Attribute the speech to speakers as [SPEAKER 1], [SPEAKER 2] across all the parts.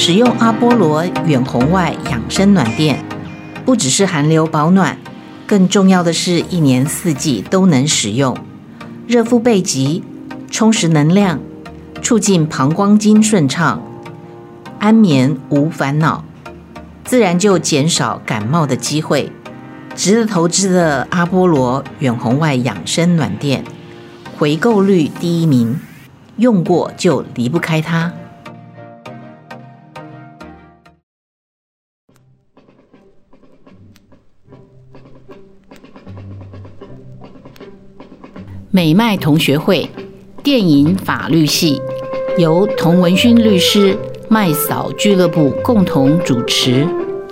[SPEAKER 1] 使用阿波罗远红外养生暖垫，不只是寒流保暖，更重要的是一年四季都能使用，热敷背脊，充实能量，促进膀胱经顺畅，安眠无烦恼，自然就减少感冒的机会。值得投资的阿波罗远红外养生暖垫，回购率第一名，用过就离不开它。美麦同学会电影法律系由童文勋律师、麦嫂俱乐部共同主持。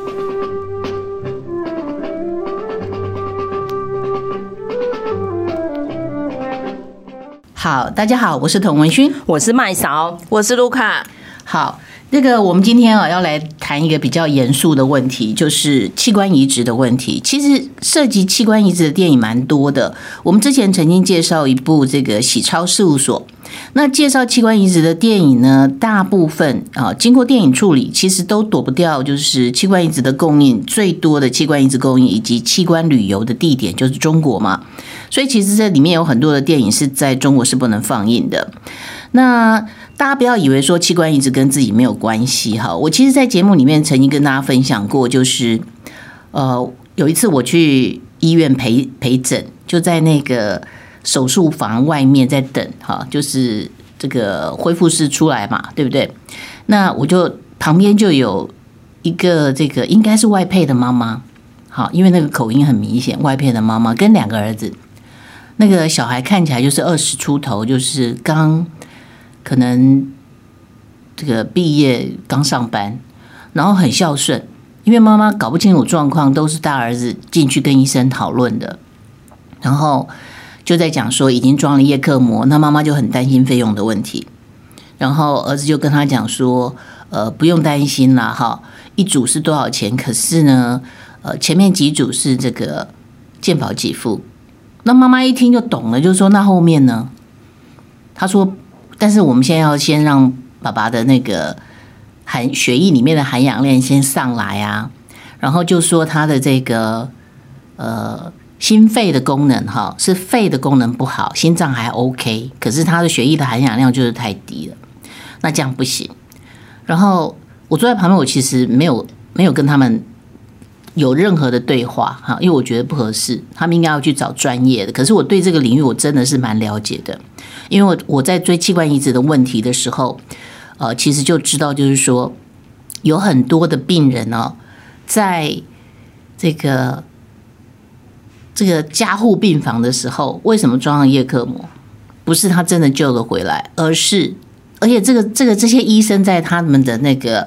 [SPEAKER 1] 好，大家好，我是童文勋，
[SPEAKER 2] 我是麦嫂，
[SPEAKER 3] 我是卢卡。
[SPEAKER 1] 好，我们今天要来谈一个比较严肃的问题，就是器官移植的问题。其实涉及器官移植的电影蛮多的，我们之前曾经介绍一部喜超事务所。那介绍器官移植的电影呢，大部分经过电影处理，其实都躲不掉就是器官移植的供应最多的器官移植供应以及器官旅游的地点就是中国嘛，所以其实这里面有很多的电影是在中国是不能放映的。那大家不要以为说器官移植跟自己没有关系哈，我其实在节目里面曾经跟大家分享过，就是有一次我去医院陪诊，就在那个手术房外面在等哈，就是这个恢复师出来嘛，对不对？那我就旁边就有一个应该是外配的妈妈，好，因为那个口音很明显，外配的妈妈跟2个儿子，那个小孩看起来就是20出头，就是刚可能这个毕业刚上班，然后很孝顺，因为妈妈搞不清楚状况，都是大儿子进去跟医生讨论的，然后就在讲说已经装了叶克膜，那妈妈就很担心费用的问题，然后儿子就跟他讲说不用担心啦哈，一组是多少钱，可是呢前面几组是这个健保给付。那妈妈一听就懂了，就说那后面呢？他说但是我们现在要先让爸爸的那个血液里面的含氧量先上来啊，然后就说他的这个心肺的功能哈，是肺的功能不好，心脏还 OK， 可是他的血液的含氧量就是太低了，那这样不行。然后我坐在旁边，我其实没有跟他们有任何的对话哈，因为我觉得不合适，他们应该要去找专业的。可是我对这个领域我真的是蛮了解的，因为我在追器官移植的问题的时候，其实就知道就是说有很多的病人哦，在这个加护病房的时候，为什么装上叶克膜？不是他真的救了回来，而且这些医生在他们的那个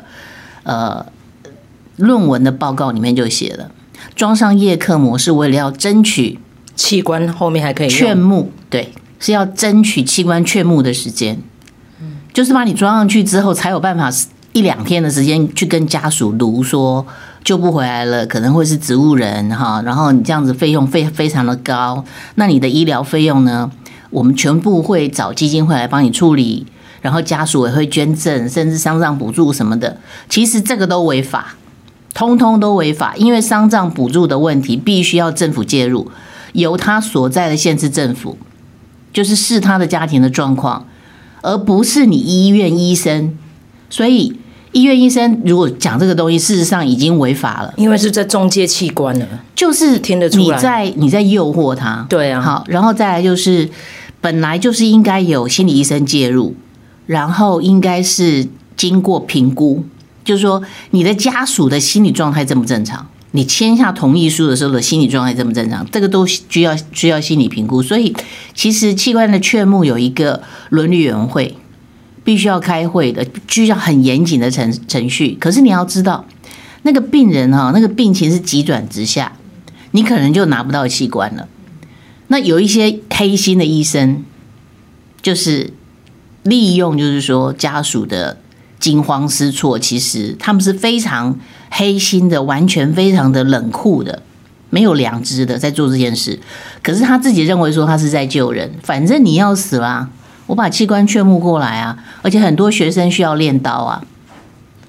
[SPEAKER 1] 论文的报告里面就写了，装上叶克膜是为了要争取
[SPEAKER 2] 器官后面还可以用
[SPEAKER 1] 劝募，对，是要争取器官劝募的时间，就是把你装上去之后，才有办法1-2天的时间去跟家属卢说救不回来了，可能会是植物人哈，然后你这样子费用非常的高，那你的医疗费用呢，我们全部会找基金会来帮你处理，然后家属也会捐赠，甚至丧葬补助什么的，其实这个都违法。通通都违法，因为丧葬补助的问题必须要政府介入，由他所在的县市政府，就是视他的家庭的状况，而不是你医院医生。所以医院医生如果讲这个东西，事实上已经违法了，
[SPEAKER 2] 因为是在中介器官了，
[SPEAKER 1] 就是
[SPEAKER 2] 听得出来
[SPEAKER 1] 你在诱惑他。
[SPEAKER 2] 对啊，
[SPEAKER 1] 好，然后再来就是本来就是应该有心理医生介入，然后应该是经过评估。就是说，你的家属的心理状态正不正常？你签下同意书的时候的心理状态正不正常？这个都需要心理评估。所以，其实器官的劝募有一个伦理委员会，必须要开会的，需要很严谨的程序。可是你要知道，那个病人那个病情是急转直下，你可能就拿不到器官了。那有一些黑心的医生，就是利用，就是说家属的惊慌失措，其实他们是非常黑心的，完全非常的冷酷的，没有良知的在做这件事。可是他自己认为说他是在救人，反正你要死啦，我把器官劝募过来啊，而且很多学生需要练刀啊，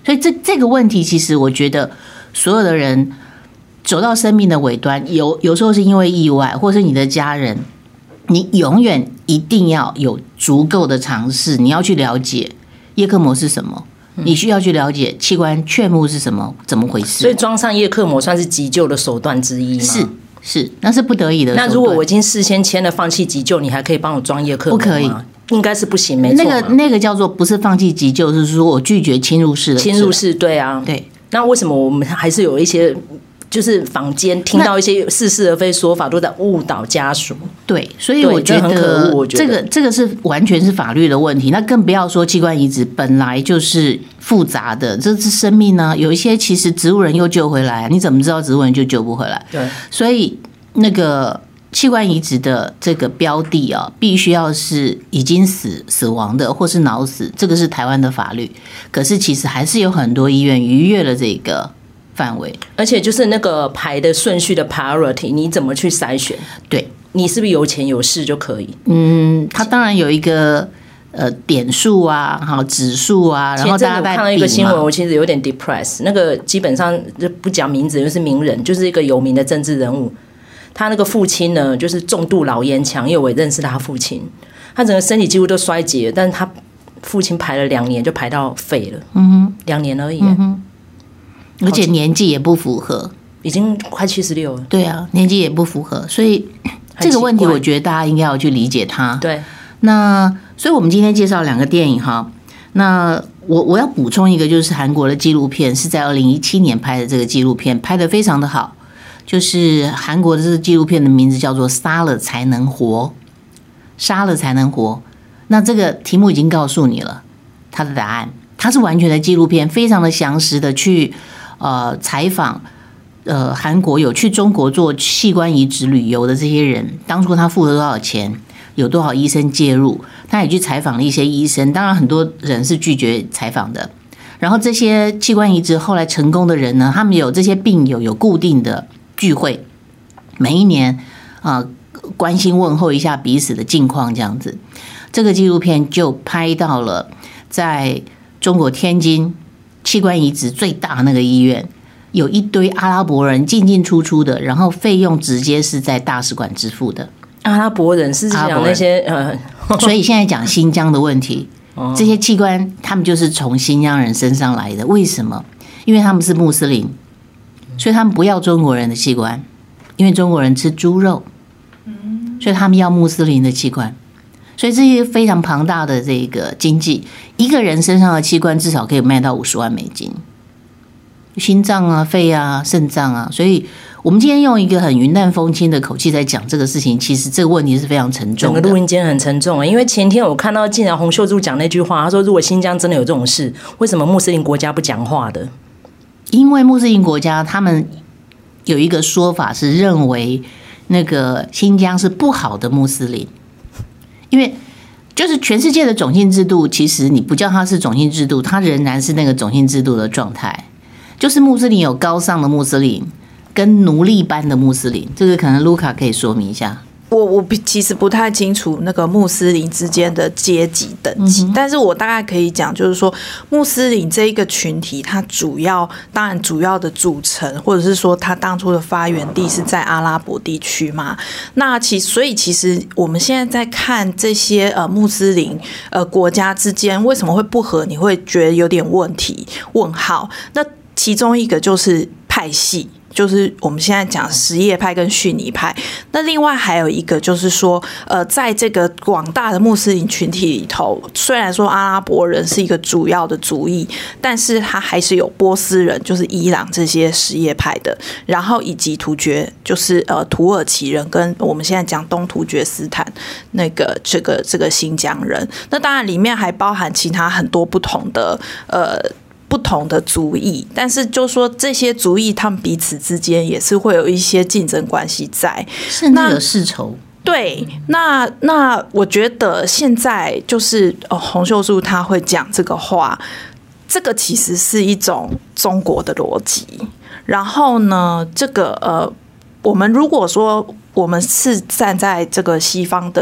[SPEAKER 1] 所以这个问题，其实我觉得所有的人走到生命的尾端，有时候是因为意外，或是你的家人，你永远一定要有足够的尝试，你要去了解叶克膜是什么，你需要去了解器官劝募是什么，怎么回事。
[SPEAKER 2] 所以装上叶克膜算是急救的手段之一吗？
[SPEAKER 1] 是，那是不得已的手段。
[SPEAKER 2] 那如果我已经事先签了放弃急救，你还可以帮我装叶克膜吗？
[SPEAKER 1] 不可以，
[SPEAKER 2] 应该是不行，没错。
[SPEAKER 1] 那个叫做不是放弃急救，是说我拒绝侵入式的
[SPEAKER 2] 侵入式，对啊，
[SPEAKER 1] 对。
[SPEAKER 2] 那为什么我们还是有一些就是坊间听到一些似是而非说法，都在误导家属？
[SPEAKER 1] 对，所以我觉得这个是完全是法律的问题。那更不要说器官移植本来就是复杂的，这是生命呢，有一些其实植物人又救回来，你怎么知道植物人就救不回来？对，所以那个器官移植的这个标的啊，必须要是已经死亡的，或是脑死，这个是台湾的法律。可是其实还是有很多医院逾越了这个范围，
[SPEAKER 2] 而且就是那个排的顺序的 priority， 你怎么去筛选？
[SPEAKER 1] 对，
[SPEAKER 2] 你是不是有钱有势就可以？
[SPEAKER 1] 它当然有一个点数啊，好指数啊，然后大家在比嘛。
[SPEAKER 2] 看到一个新闻，我其实有点 depressed。那个基本上就不讲名字，就是名人，就是一个有名的政治人物。他那个父亲呢，就是重度老烟枪，因为我也认识他父亲，他整个身体几乎都衰竭了，但是他父亲排了2年就排到废了，2年而已。
[SPEAKER 1] 而且年纪也不符合，
[SPEAKER 2] 已经快76了。
[SPEAKER 1] 对啊，年纪也不符合，所以这个问题我觉得大家应该要去理解它。
[SPEAKER 2] 对，
[SPEAKER 1] 那所以我们今天介绍2个电影哈。那我要补充一个，就是韩国的纪录片，是在2017年拍的，这个纪录片拍得非常的好。就是韩国的这个纪录片的名字叫做《杀了才能活》，杀了才能活。那这个题目已经告诉你了它的答案，它是完全的纪录片，非常的详实的去采访韩国有去中国做器官移植旅游的这些人，当初他付了多少钱，有多少医生介入，他也去采访了一些医生，当然很多人是拒绝采访的。然后这些器官移植后来成功的人呢，他们有这些病友有固定的聚会，每一年关心问候一下彼此的近况，这样子。这个纪录片就拍到了在中国天津器官移植最大那个医院，有一堆阿拉伯人进进出出的，然后费用直接是在大使馆支付的。
[SPEAKER 2] 阿拉伯人是讲那些
[SPEAKER 1] 所以现在讲新疆的问题，这些器官他们就是从新疆人身上来的。为什么？因为他们是穆斯林，所以他们不要中国人的器官，因为中国人吃猪肉，所以他们要穆斯林的器官。所以这些非常庞大的这个经济，一个人身上的器官至少可以卖到$50万，心脏啊、肺啊、肾脏啊。所以我们今天用一个很云淡风轻的口气在讲这个事情，其实这个问题是非常沉重的。
[SPEAKER 2] 整个录音间很沉重，因为前天我看到竟然洪秀柱讲那句话，他说如果新疆真的有这种事，为什么穆斯林国家不讲话的？
[SPEAKER 1] 因为穆斯林国家他们有一个说法是认为那个新疆是不好的穆斯林，因为就是全世界的种姓制度，其实你不叫它是种姓制度，它仍然是那个种姓制度的状态。就是穆斯林有高尚的穆斯林跟奴隶般的穆斯林，这个可能卢卡可以说明一下。
[SPEAKER 3] 我其实不太清楚那个穆斯林之间的阶级等级，但是我大概可以讲，就是说穆斯林这一个群体，它当然主要的组成，或者是说它当初的发源地是在阿拉伯地区嘛。那所以其实我们现在在看这些穆斯林国家之间为什么会不和，你会觉得有点问号。那其中一个就是派系。就是我们现在讲什叶派跟逊尼派，那另外还有一个就是说，在这个广大的穆斯林群体里头，虽然说阿拉伯人是一个主要的族裔，但是他还是有波斯人，就是伊朗这些什叶派的，然后以及突厥，就是土耳其人跟我们现在讲东突厥斯坦那个这个新疆人，那当然里面还包含其他很多不同的族裔，但是就说这些族裔他们彼此之间也是会有一些竞争关系在，
[SPEAKER 1] 甚至有世仇。
[SPEAKER 3] 对，那我觉得现在就是洪秀柱他会讲这个话，这个其实是一种中国的逻辑。然后呢，这个我们如果说我们是站在这个西方的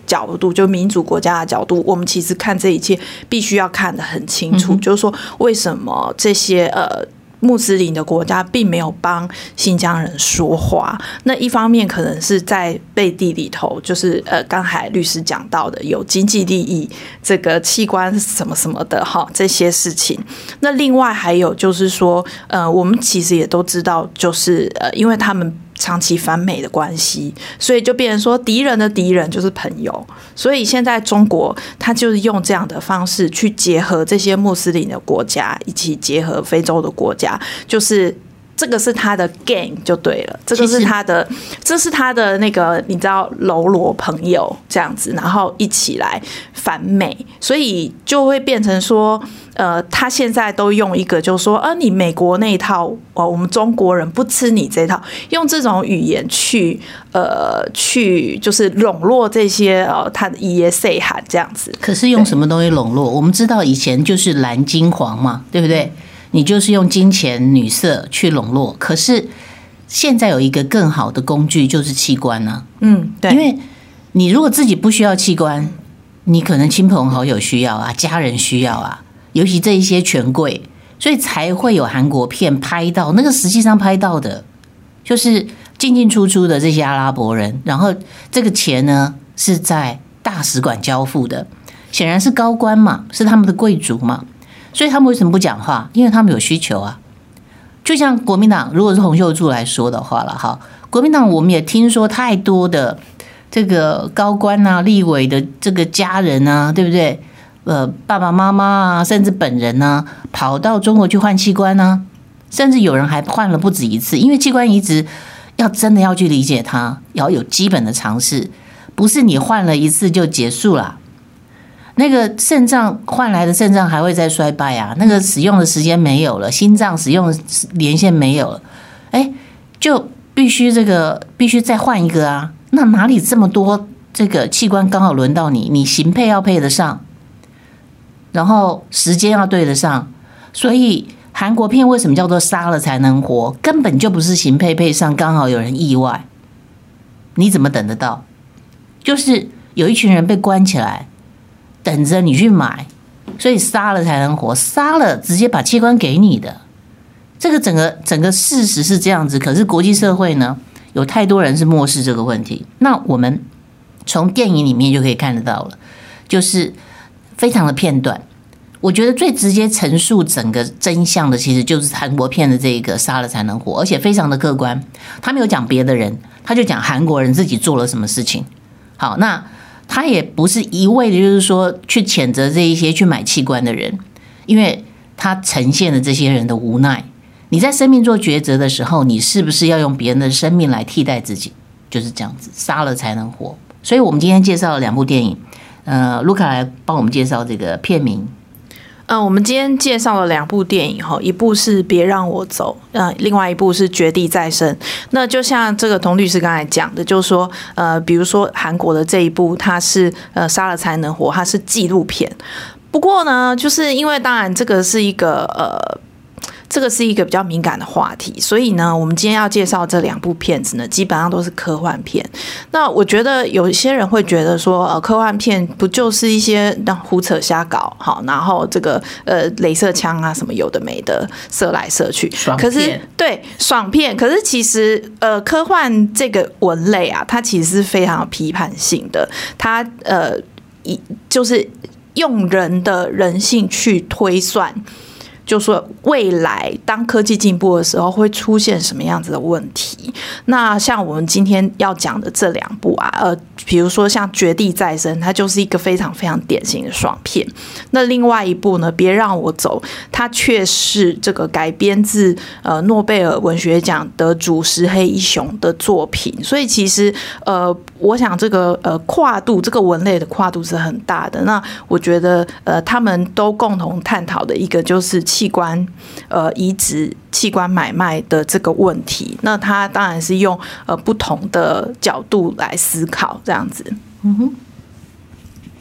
[SPEAKER 3] 角度，就民主国家的角度，我们其实看这一切必须要看得很清楚，就是说为什么这些穆斯林的国家并没有帮新疆人说话。那一方面可能是在背地里头，就是刚才律师讲到的有经济利益，这个器官什么什么的哈，这些事情。那另外还有就是说，我们其实也都知道，就是因为他们长期反美的关系，所以就变成说敌人的敌人就是朋友。所以现在中国他就是用这样的方式去结合这些穆斯林的国家，一起结合非洲的国家，就是这个是他的 gang 就对了，这是他的那个你知道喽啰朋友这样子，然后一起来反美，所以就会变成说，他现在都用一个就是说，你美国那一套，我们中国人不吃你这套，用这种语言去就是笼络这些他的爷岁喊这样子。
[SPEAKER 1] 可是用什么东西笼络？我们知道以前就是蓝金黄嘛，对不对？你就是用金钱、女色去笼络，可是现在有一个更好的工具，就是器官啊。对，因为你如果自己不需要器官，你可能亲朋好友需要啊，家人需要啊，尤其这一些权贵，所以才会有韩国片拍到那个，实际上拍到的就是进进出出的这些阿拉伯人，然后这个钱呢是在大使馆交付的，显然是高官嘛，是他们的贵族嘛。所以他们为什么不讲话？因为他们有需求啊。就像国民党，如果是洪秀柱来说的话了哈，国民党我们也听说太多的这个高官啊、立委的这个家人啊，对不对？爸爸妈妈啊，甚至本人啊，跑到中国去换器官啊，甚至有人还换了不止一次。因为器官移植要真的要去理解它，要有基本的常识，不是你换了一次就结束了。那个肾脏换来的肾脏还会再衰败啊，那个使用的时间没有了，心脏使用的连线没有了，就必须再换一个啊。那哪里这么多这个器官刚好轮到你，你型配要配得上，然后时间要对得上，所以韩国片为什么叫做杀了才能活？根本就不是型配配上，刚好有人意外，你怎么等得到？就是有一群人被关起来。等着你去买，所以杀了才能活，杀了直接把器官给你的，这个整个事实是这样子。可是国际社会呢，有太多人是漠视这个问题。那我们从电影里面就可以看得到了，就是非常的片段。我觉得最直接陈述整个真相的，其实就是韩国片的这个杀了才能活，而且非常的客观。他没有讲别的人，他就讲韩国人自己做了什么事情。好，那他也不是一味的，就是说去谴责这一些去买器官的人，因为他呈现了这些人的无奈。你在生命做抉择的时候，你是不是要用别人的生命来替代自己？就是这样子，杀了才能活。所以我们今天介绍了2部电影，卢卡来帮我们介绍这个片名。
[SPEAKER 3] 我们今天介绍了2部电影，一部是《别让我走》，另外一部是《绝地再生》。那就像这个童律师刚才讲的，就是说，比如说韩国的这一部，它是杀了才能活，它是纪录片。不过呢，就是因为当然这个是一个比较敏感的话题，所以呢，我们今天要介绍这2部片子呢，基本上都是科幻片。那我觉得有一些人会觉得说，科幻片不就是一些胡扯瞎搞，好，然后这个雷射枪啊什么有的没的射来射去，可是对爽片。可是其实科幻这个文类啊，它其实是非常有批判性的，它就是用人的人性去推算。就说未来当科技进步的时候会出现什么样子的问题？那像我们今天要讲的这2部啊，比如说像《绝地再生》，它就是一个非常非常典型的爽片。那另外一部呢，《别让我走》，它却是这个改编自诺贝尔文学奖得主石黑一雄的作品。所以其实我想这个跨度，这个文类的跨度是很大的。那我觉得他们都共同探讨的一个就是器官移植、器官买卖的这个问题，那他当然是用不同的角度来思考，这样子。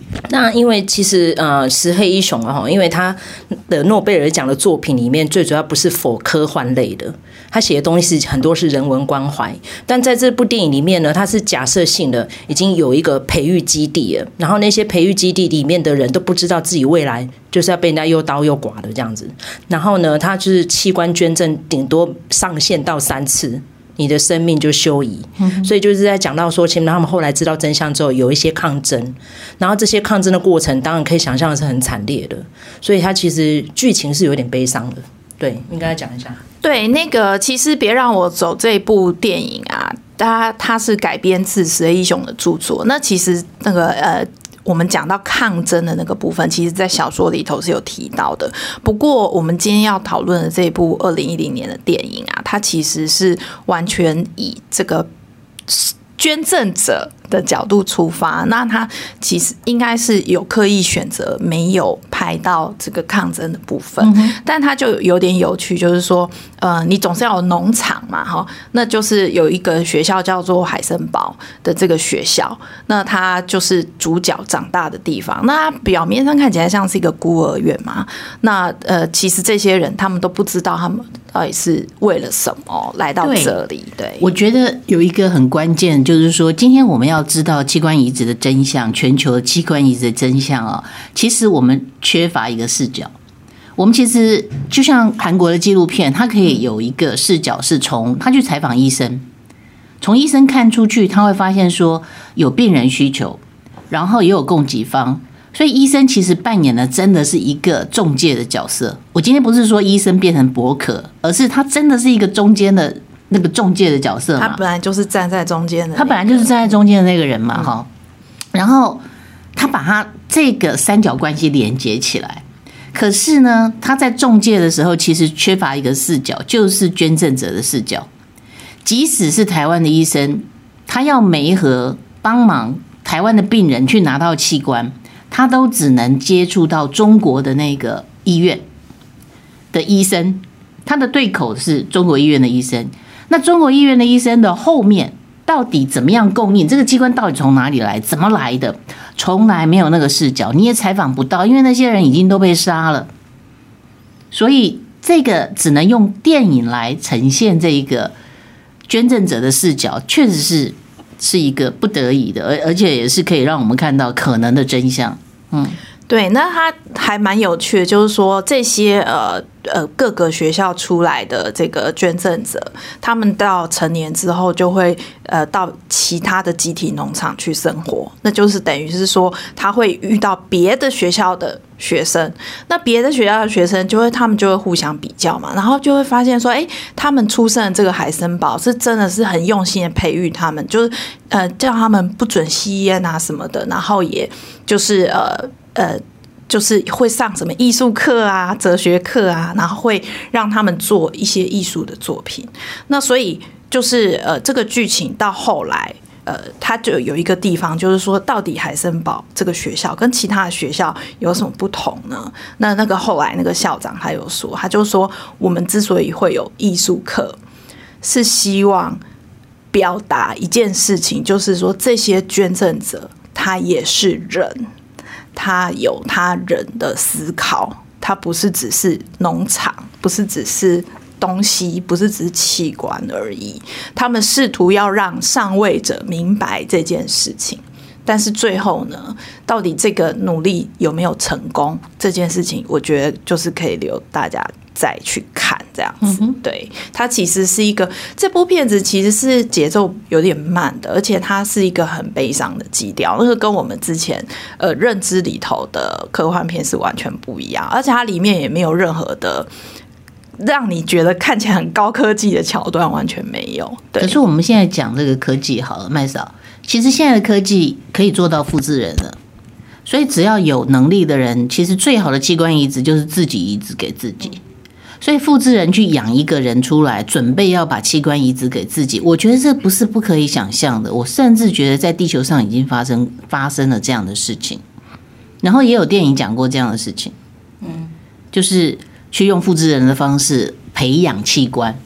[SPEAKER 2] 那因为其实石黑一雄因为他的诺贝尔奖的作品里面最主要不是否科幻类的，他写的东西很多是人文关怀，但在这部电影里面呢，他是假设性的已经有一个培育基地了，然后那些培育基地里面的人都不知道自己未来就是要被人家又刀又剐的这样子，然后呢他就是器官捐赠顶多上限到3次，你的生命就休矣。所以就是在讲到说，其实他们后来知道真相之后，有一些抗争，然后这些抗争的过程，当然可以想象的是很惨烈的，所以它其实剧情是有点悲伤的。对，应该讲一下。
[SPEAKER 3] 对，那个其实别让我走这部电影啊，它是改编自石黑一雄的著作。那其实那个我们讲到抗争的那个部分，其实在小说里头是有提到的。不过我们今天要讨论的这部2010年的电影啊，它其实是完全以这个捐赠者的角度出发，那他其实应该是有刻意选择没有拍到这个抗争的部分，但他就有点有趣，就是说你总是要有农场嘛，那就是有一个学校叫做海森堡的这个学校，那它就是主角长大的地方，那表面上看起来像是一个孤儿院嘛，那其实这些人他们都不知道他们到底是为了什么来到这里。 对，
[SPEAKER 1] 我觉得有一个很关键，就是说今天我们要知道器官移植的真相，全球的器官移植的真相其实我们缺乏一个视角。我们其实就像韩国的纪录片，它可以有一个视角是从他去采访医生，从医生看出去，他会发现说有病人需求，然后也有供给方，所以医生其实扮演的真的是一个中介的角色。我今天不是说医生变成伯可，而是他真的是一个中间的那个中介的角色嘛，
[SPEAKER 3] 他本来就是站在中间的，
[SPEAKER 1] 他本来就是站在中间的那个人嘛，然后他把他这个三角关系连接起来。可是呢，他在中介的时候其实缺乏一个视角，就是捐赠者的视角。即使是台湾的医生，他要媒合帮忙台湾的病人去拿到器官，他都只能接触到中国的那个医院的医生，他的对口是中国医院的医生。那中国医院的医生的后面到底怎么样供应？这个器官到底从哪里来？怎么来的？从来没有那个视角，你也采访不到，因为那些人已经都被杀了。所以这个只能用电影来呈现这一个捐赠者的视角，确实是一个不得已的，而且也是可以让我们看到可能的真相。
[SPEAKER 3] 对，那它还蛮有趣的，就是说这些各个学校出来的这个捐赠者，他们到成年之后就会到其他的集体农场去生活，那就是等于是说他会遇到别的学校的学生，那别的学校的学生他们就会互相比较嘛，然后就会发现说，他们出生的这个海森堡是真的是很用心的培育他们，就是叫他们不准吸烟啊什么的，然后也就是就是会上什么艺术课啊、哲学课啊，然后会让他们做一些艺术的作品。那所以就是这个剧情到后来，它就有一个地方，就是说到底海森堡这个学校跟其他的学校有什么不同呢？那个后来那个校长他有说，他就说我们之所以会有艺术课，是希望表达一件事情，就是说这些捐赠者他也是人。他有他人的思考，他不是只是农场，不是只是东西，不是只是器官而已。他们试图要让上位者明白这件事情，但是最后呢，到底这个努力有没有成功，这件事情，我觉得就是可以留大家再去看这样子。对，它其实是一个，这部片子其实是节奏有点慢的，而且它是一个很悲伤的基调，那个跟我们之前认知里头的科幻片是完全不一样，而且它里面也没有任何的让你觉得看起来很高科技的桥段，完全没有。对，
[SPEAKER 1] 可是我们现在讲这个科技好了，麦嫂，其实现在的科技可以做到复制人了，所以只要有能力的人，其实最好的器官移植就是自己移植给自己。所以复制人去养一个人出来，准备要把器官移植给自己，我觉得这不是不可以想象的。我甚至觉得在地球上已经发生了这样的事情，然后也有电影讲过这样的事情，就是去用复制人的方式培养器官。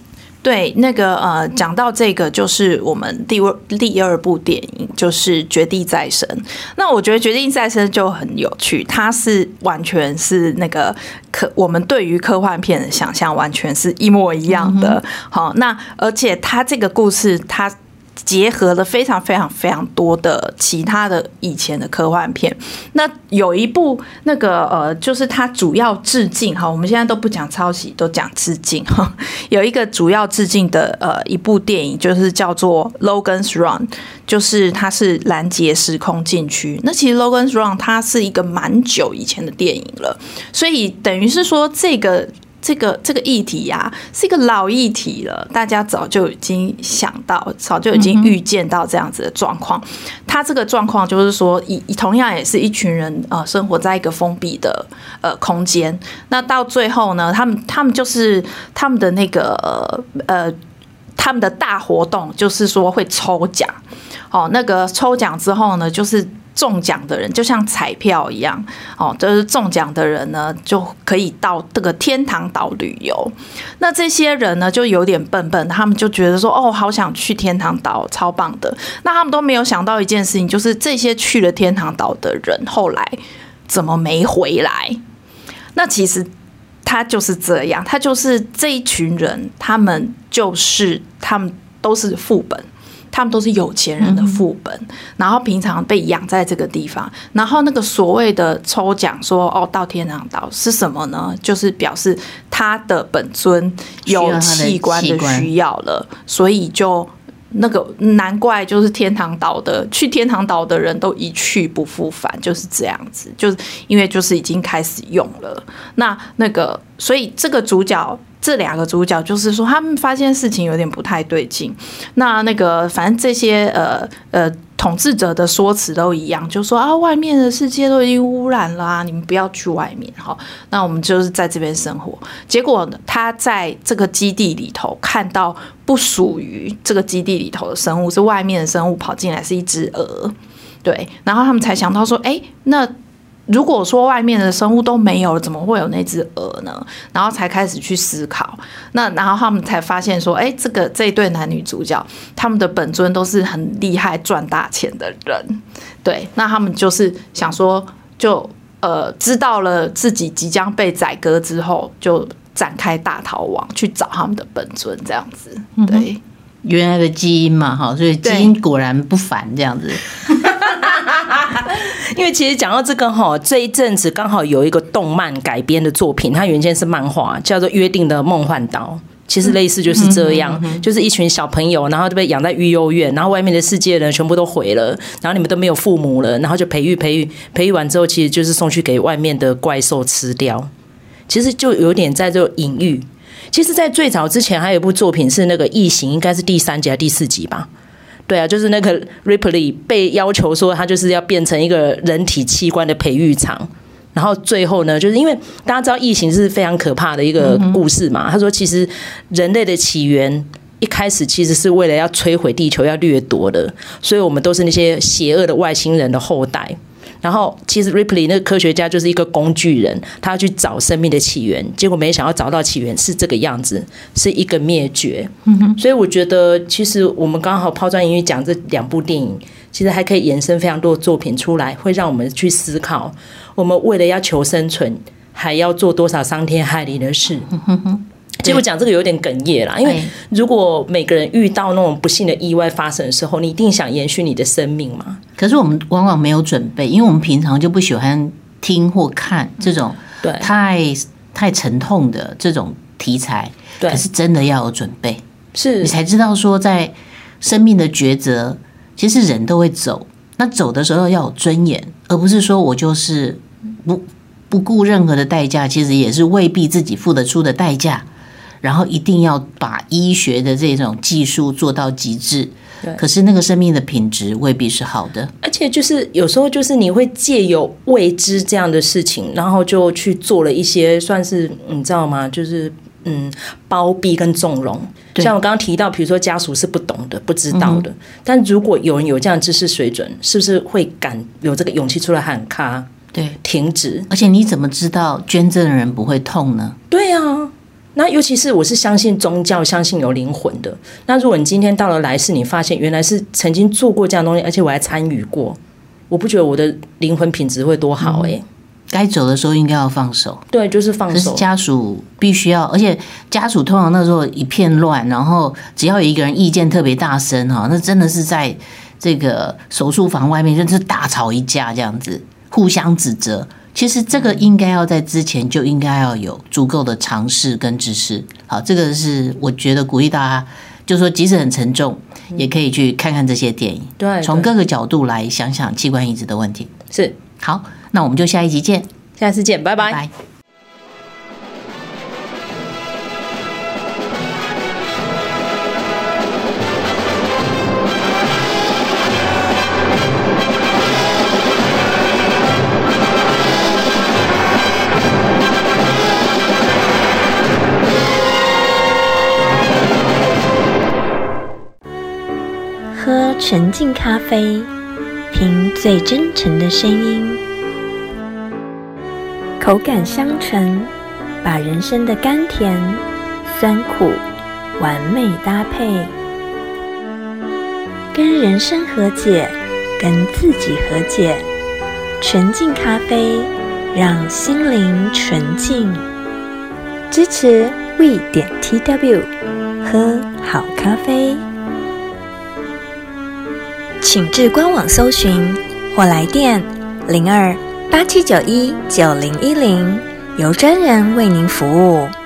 [SPEAKER 3] 对，那个讲到这个，就是我们第二部电影，就是《绝地再生》。那我觉得《绝地再生》就很有趣，它是完全是那个我们对于科幻片的想象完全是一模一样的。好，那而且它这个故事，它结合了非常非常非常多的其他的以前的科幻片。那有一部那个就是它主要致敬哈，我们现在都不讲抄袭，都讲致敬哈。有一个主要致敬的一部电影，就是叫做《Logan's Run》，就是它是拦截时空禁区。那其实《Logan's Run》它是一个蛮久以前的电影了，所以等于是说这个议题啊，是一个老议题了，大家早就已经想到，早就已经预见到这样子的状况。他这个状况就是说，同样也是一群人生活在一个封闭的空间。那到最后呢，他们就是他们的那个他们的大活动就是说会抽奖。那个抽奖之后呢，就是中奖的人就像彩票一样，就是中奖的人呢就可以到这个天堂岛旅游。那这些人呢就有点笨笨，他们就觉得说好想去天堂岛，超棒的。那他们都没有想到一件事情，就是这些去了天堂岛的人后来怎么没回来？那其实他就是这样，他就是这一群人，他们都是副本。他们都是有钱人的副本，然后平常被养在这个地方，然后那个所谓的抽奖说到天堂岛是什么呢？就是表示他的本尊有器官的需要了，所以就那个难怪就是去天堂岛的人都一去不复返，就是这样子，就是因为就是已经开始用了。那个所以这两个主角就是说，他们发现事情有点不太对劲。那个反正这些统治者的说辞都一样，就说外面的世界都已经污染了你们不要去外面那我们就是在这边生活。结果他在这个基地里头看到不属于这个基地里头的生物，是外面的生物跑进来，是一只鹅。对，然后他们才想到说，那如果说外面的生物都没有了，怎么会有那只鹅呢？然后才开始去思考。然后他们才发现说，这一对男女主角，他们的本尊都是很厉害赚大钱的人。对，那他们就是想说，就知道了自己即将被宰割之后，就展开大逃亡，去找他们的本尊，这样子。对，
[SPEAKER 1] 原来的基因嘛，所以基因果然不凡这样子。
[SPEAKER 2] 因为其实讲到这个这一阵子刚好有一个动漫改编的作品，它原先是漫画，叫做《约定的梦幻岛》。其实类似就是这样，就是一群小朋友，然后就被养在育幼院，然后外面的世界呢全部都毁了，然后你们都没有父母了，然后就培育完之后，其实就是送去给外面的怪兽吃掉。其实就有点在这隐喻。其实在最早之前还有一部作品是那个异形，应该是第3集还是第4集吧。对啊，就是那个 Ripley 被要求说他就是要变成一个人体器官的培育场，然后最后呢，就是因为大家知道异形是非常可怕的一个故事嘛，他说其实人类的起源一开始其实是为了要摧毁地球，要掠夺的，所以我们都是那些邪恶的外星人的后代。然后其实 Ripley 那个科学家就是一个工具人，他要去找生命的起源，结果没想到找到起源是这个样子，是一个灭绝。所以我觉得其实我们刚好抛砖引玉讲这2部电影，其实还可以延伸非常多的作品出来，会让我们去思考，我们为了要求生存还要做多少伤天害理的事。结果讲这个有点哽咽啦，因为如果每个人遇到那种不幸的意外发生的时候，你一定想延续你的生命嘛。
[SPEAKER 1] 可是我们往往没有准备，因为我们平常就不喜欢听或看这种太沉痛的这种题材。对，可是真的要有准备，是你才知道说，在生命的抉择，其实人都会走，那走的时候要有尊严，而不是说我就是不顾任何的代价，其实也是未必自己付得出的代价。然后一定要把医学的这种技术做到极致，可是那个生命的品质未必是好的。
[SPEAKER 2] 而且就是有时候就是你会借有未知这样的事情，然后就去做了一些算是你知道吗？就是包庇跟纵容。像我刚刚提到，比如说家属是不懂的、不知道的，但如果有人有这样的知识水准，是不是会敢有这个勇气出来喊卡？
[SPEAKER 1] 对，
[SPEAKER 2] 停止。
[SPEAKER 1] 而且你怎么知道捐赠的人不会痛呢？
[SPEAKER 2] 对啊。 那尤其是我是相信宗教，相信有灵魂的。那如果你今天到了来世，你发现原来是曾经做过这样的东西，而且我还参与过，我不觉得我的灵魂品质会多好
[SPEAKER 1] 该走的时候应该要放手，
[SPEAKER 2] 对，就是放手。
[SPEAKER 1] 这是家属必须要，而且家属通常那时候一片乱，然后只要有一个人意见特别大声哈，那真的是在这个手术房外面就是大吵一架这样子，互相指责。其实这个应该要在之前就应该要有足够的尝试跟知识。好，这个是我觉得鼓励大家，就是说即使很沉重，也可以去看看这些电影，
[SPEAKER 2] 对，
[SPEAKER 1] 从各个角度来想想器官移植的问题。
[SPEAKER 2] 是，
[SPEAKER 1] 好，那我们就下一集见，
[SPEAKER 2] 下次见，拜拜。
[SPEAKER 1] 拜拜。
[SPEAKER 4] 喝纯净咖啡，听最真诚的声音，口感香醇，把人生的甘甜、酸苦完美搭配，跟人生和解，跟自己和解。纯净咖啡，让心灵纯净。支持 we.tw， 喝好咖啡。请至官网搜寻或来电02-8791-9010，由专人为您服务。